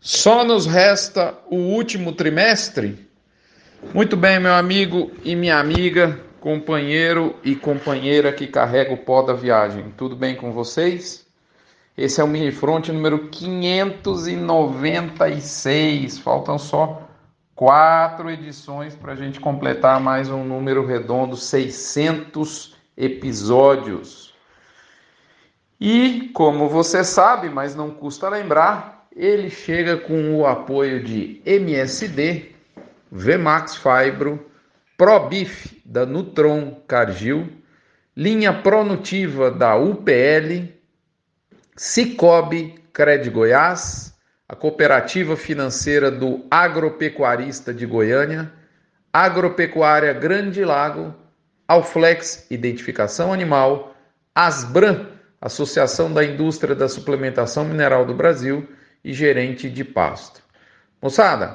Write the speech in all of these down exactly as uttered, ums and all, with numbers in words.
Só nos resta o último trimestre? Muito bem, meu amigo e minha amiga, companheiro e companheira que carrega o pó da viagem. Tudo bem com vocês? Esse é o Minifront número quinhentos e noventa e seis. Faltam só quatro edições para a gente completar mais um número redondo, seiscentos episódios. E, como você sabe, mas não custa lembrar, ele chega com o apoio de M S D, Vemax Fibro, ProBif da Nutron Cargill, linha Pronutiva da U P L, Cicobi Cred Goiás, a cooperativa financeira do agropecuarista de Goiânia, Agropecuária Grande Lago, Alflex Identificação Animal, Asbram, Associação da Indústria da Suplementação Mineral do Brasil e Gerente de Pasto. Moçada,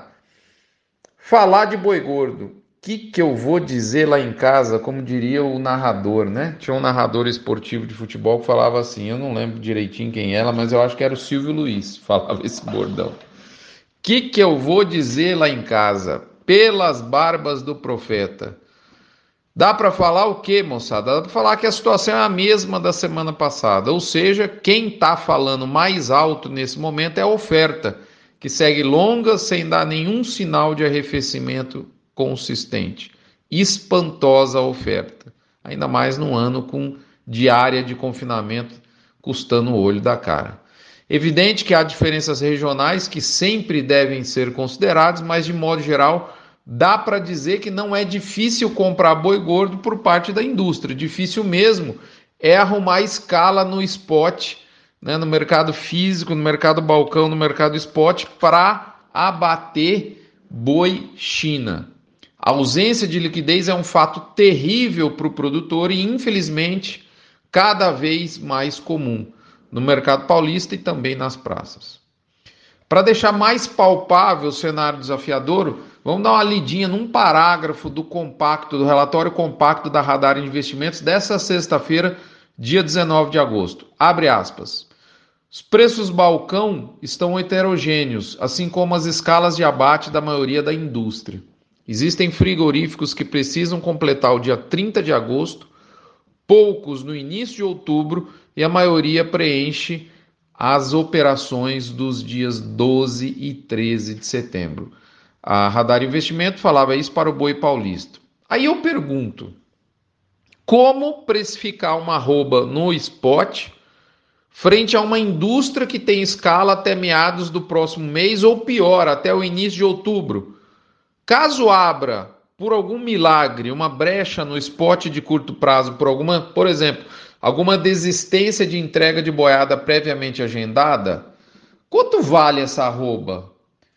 falar de boi gordo, o que, que eu vou dizer lá em casa, como diria o narrador, né? Tinha um narrador esportivo de futebol que falava assim, eu não lembro direitinho quem era, mas eu acho que era o Silvio Luiz, falava esse bordão. O que, que eu vou dizer lá em casa? Pelas barbas do profeta. Dá para falar o quê, moçada? Dá para falar que a situação é a mesma da semana passada, ou seja, quem está falando mais alto nesse momento é a oferta, que segue longa sem dar nenhum sinal de arrefecimento consistente. Espantosa a oferta, ainda mais num ano com diária de confinamento custando o olho da cara. Evidente que há diferenças regionais que sempre devem ser consideradas, mas de modo geral dá para dizer que não é difícil comprar boi gordo por parte da indústria. Difícil mesmo é arrumar escala no spot, né, no mercado físico, no mercado balcão, no mercado spot, para abater boi China. A ausência de liquidez é um fato terrível para o produtor e, infelizmente, cada vez mais comum no mercado paulista e também nas praças. Para deixar mais palpável o cenário desafiador, vamos dar uma lidinha num parágrafo do compacto, do relatório compacto da Radar Investimentos dessa sexta-feira, dia dezenove de agosto. Abre aspas. Os preços balcão estão heterogêneos, assim como as escalas de abate da maioria da indústria. Existem frigoríficos que precisam completar o dia trinta de agosto, poucos no início de outubro e a maioria preenche as operações dos dias doze e treze de setembro. A Radar Investimento falava isso para o boi paulista. Aí eu pergunto, como precificar uma arroba no spot frente a uma indústria que tem escala até meados do próximo mês ou pior, até o início de outubro? Caso abra, por algum milagre, uma brecha no spot de curto prazo, por alguma, por exemplo, alguma desistência de entrega de boiada previamente agendada, quanto vale essa arroba?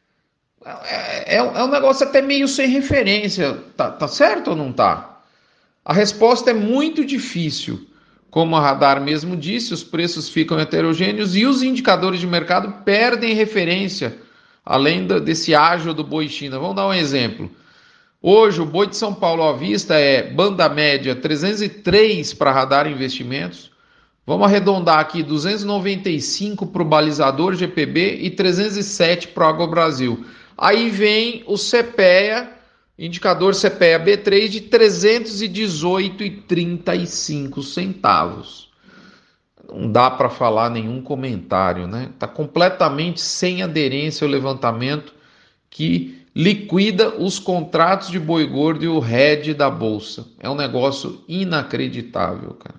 É, é, é um negócio até meio sem referência, tá, tá certo ou não tá? A resposta é muito difícil. Como a Radar mesmo disse, os preços ficam heterogêneos e os indicadores de mercado perdem referência, além desse ágio do boi China. Vamos dar um exemplo. Hoje, o boi de São Paulo à vista é banda média trezentos e três para Radar Investimentos. Vamos arredondar aqui, duzentos e noventa e cinco para o balizador G P B e trezentos e sete para o AgroBrasil. Aí vem o CPEA, indicador CPEA B três de trezentos e dezoito reais e trinta e cinco centavos. Não dá para falar nenhum comentário, né? Está completamente sem aderência ao levantamento que liquida os contratos de boi gordo e o head da bolsa. É um negócio inacreditável, cara.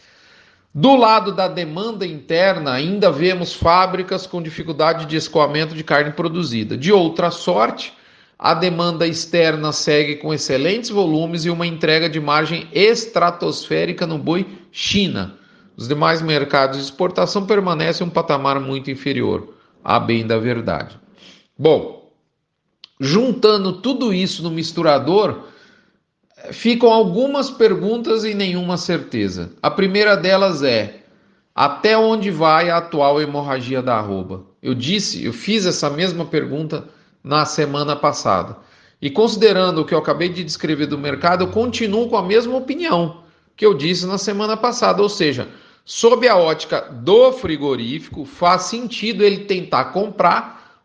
Do lado da demanda interna, ainda vemos fábricas com dificuldade de escoamento de carne produzida. De outra sorte, a demanda externa segue com excelentes volumes e uma entrega de margem estratosférica no boi China. Os demais mercados de exportação permanecem em um patamar muito inferior, a bem da verdade. Bom, juntando tudo isso no misturador, ficam algumas perguntas e nenhuma certeza. A primeira delas é, até onde vai a atual hemorragia da arroba? Eu disse, eu fiz essa mesma pergunta na semana passada. E considerando o que eu acabei de descrever do mercado, eu continuo com a mesma opinião que eu disse na semana passada. Ou seja, sob a ótica do frigorífico, faz sentido ele tentar comprar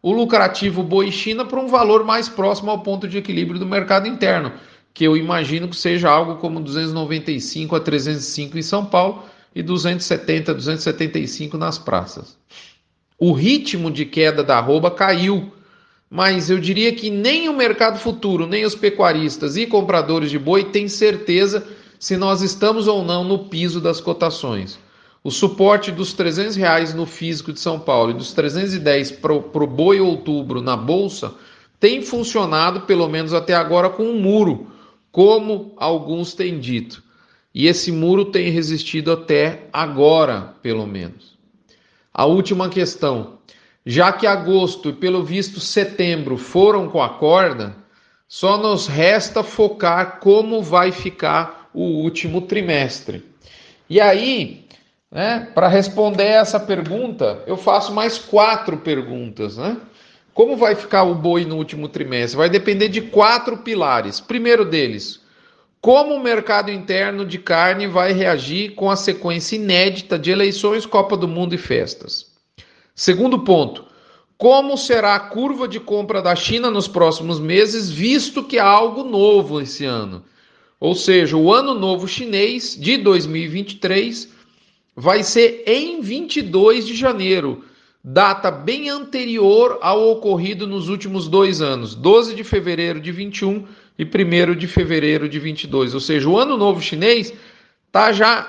o lucrativo boi China para um valor mais próximo ao ponto de equilíbrio do mercado interno, que eu imagino que seja algo como duzentos e noventa e cinco a trezentos e cinco em São Paulo e duzentos e setenta a duzentos e setenta e cinco nas praças. O ritmo de queda da arroba caiu, mas eu diria que nem o mercado futuro, nem os pecuaristas e compradores de boi têm certeza se nós estamos ou não no piso das cotações. O suporte dos trezentos reais no físico de São Paulo e dos trezentos e dez para o boi outubro na bolsa tem funcionado pelo menos até agora com um muro, como alguns têm dito. E esse muro tem resistido até agora, pelo menos. A última questão. Já que agosto e pelo visto setembro foram com a corda, só nos resta focar como vai ficar o último trimestre. E aí... Né? Para responder essa pergunta, eu faço mais quatro perguntas. Né? Como vai ficar o boi no último trimestre? Vai depender de quatro pilares. Primeiro deles, como o mercado interno de carne vai reagir com a sequência inédita de eleições, Copa do Mundo e festas. Segundo ponto, como será a curva de compra da China nos próximos meses, visto que há algo novo esse ano. Ou seja, o ano novo chinês de dois mil e vinte e três... vai ser em vinte e dois de janeiro, data bem anterior ao ocorrido nos últimos dois anos, doze de fevereiro de vinte e um e primeiro de fevereiro de vinte e dois. Ou seja, o Ano Novo Chinês está já,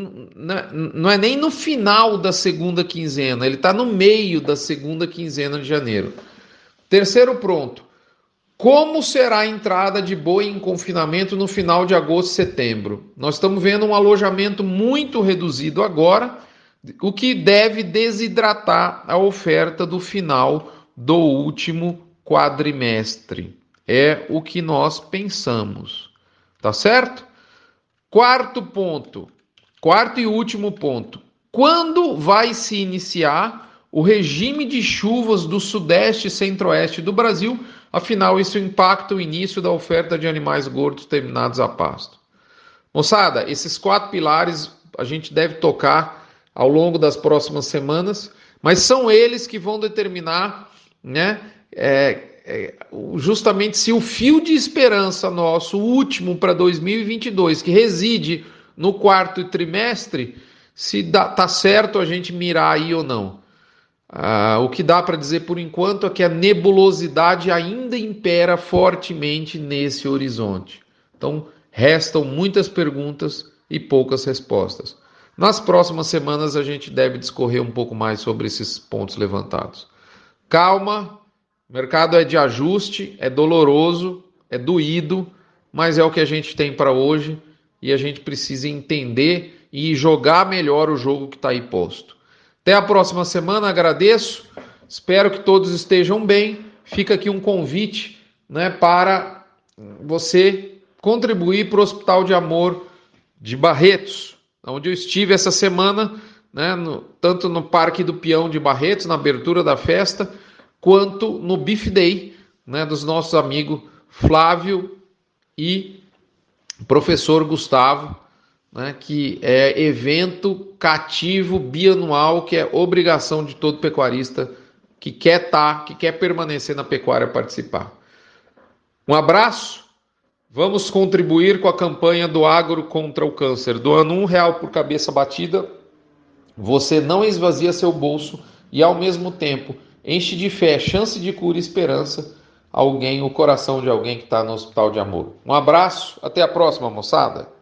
não é nem no final da segunda quinzena, ele está no meio da segunda quinzena de janeiro. Terceiro ponto. Como será a entrada de boi em confinamento no final de agosto e setembro? Nós estamos vendo um alojamento muito reduzido agora, o que deve desidratar a oferta do final do último quadrimestre. É o que nós pensamos. Tá certo? Quarto ponto. Quarto e último ponto. Quando vai se iniciar o regime de chuvas do sudeste e centro-oeste do Brasil? Afinal, isso impacta o início da oferta de animais gordos terminados a pasto. Moçada, esses quatro pilares a gente deve tocar ao longo das próximas semanas, mas são eles que vão determinar, né, é, é, justamente se o fio de esperança nosso, o último para dois mil e vinte e dois, que reside no quarto trimestre, se dá, tá certo a gente mirar aí ou não. Ah, o que dá para dizer por enquanto é que a nebulosidade ainda impera fortemente nesse horizonte. Então, restam muitas perguntas e poucas respostas. Nas próximas semanas a gente deve discorrer um pouco mais sobre esses pontos levantados. Calma, o mercado é de ajuste, é doloroso, é doído, mas é o que a gente tem para hoje e a gente precisa entender e jogar melhor o jogo que está aí posto. Até a próxima semana, agradeço, espero que todos estejam bem. Fica aqui um convite, né, para você contribuir para o Hospital de Amor de Barretos, onde eu estive essa semana, né, no, tanto no Parque do Peão de Barretos, na abertura da festa, quanto no Beef Day, né, dos nossos amigos Flávio e professor Gustavo, né, que é evento cativo bianual, que é obrigação de todo pecuarista que quer estar, que quer permanecer na pecuária participar. Um abraço, vamos contribuir com a campanha do Agro contra o Câncer, doando um real por cabeça batida, você não esvazia seu bolso e ao mesmo tempo enche de fé, chance de cura e esperança alguém, o coração de alguém que está no Hospital de Amor. Um abraço, até a próxima, moçada.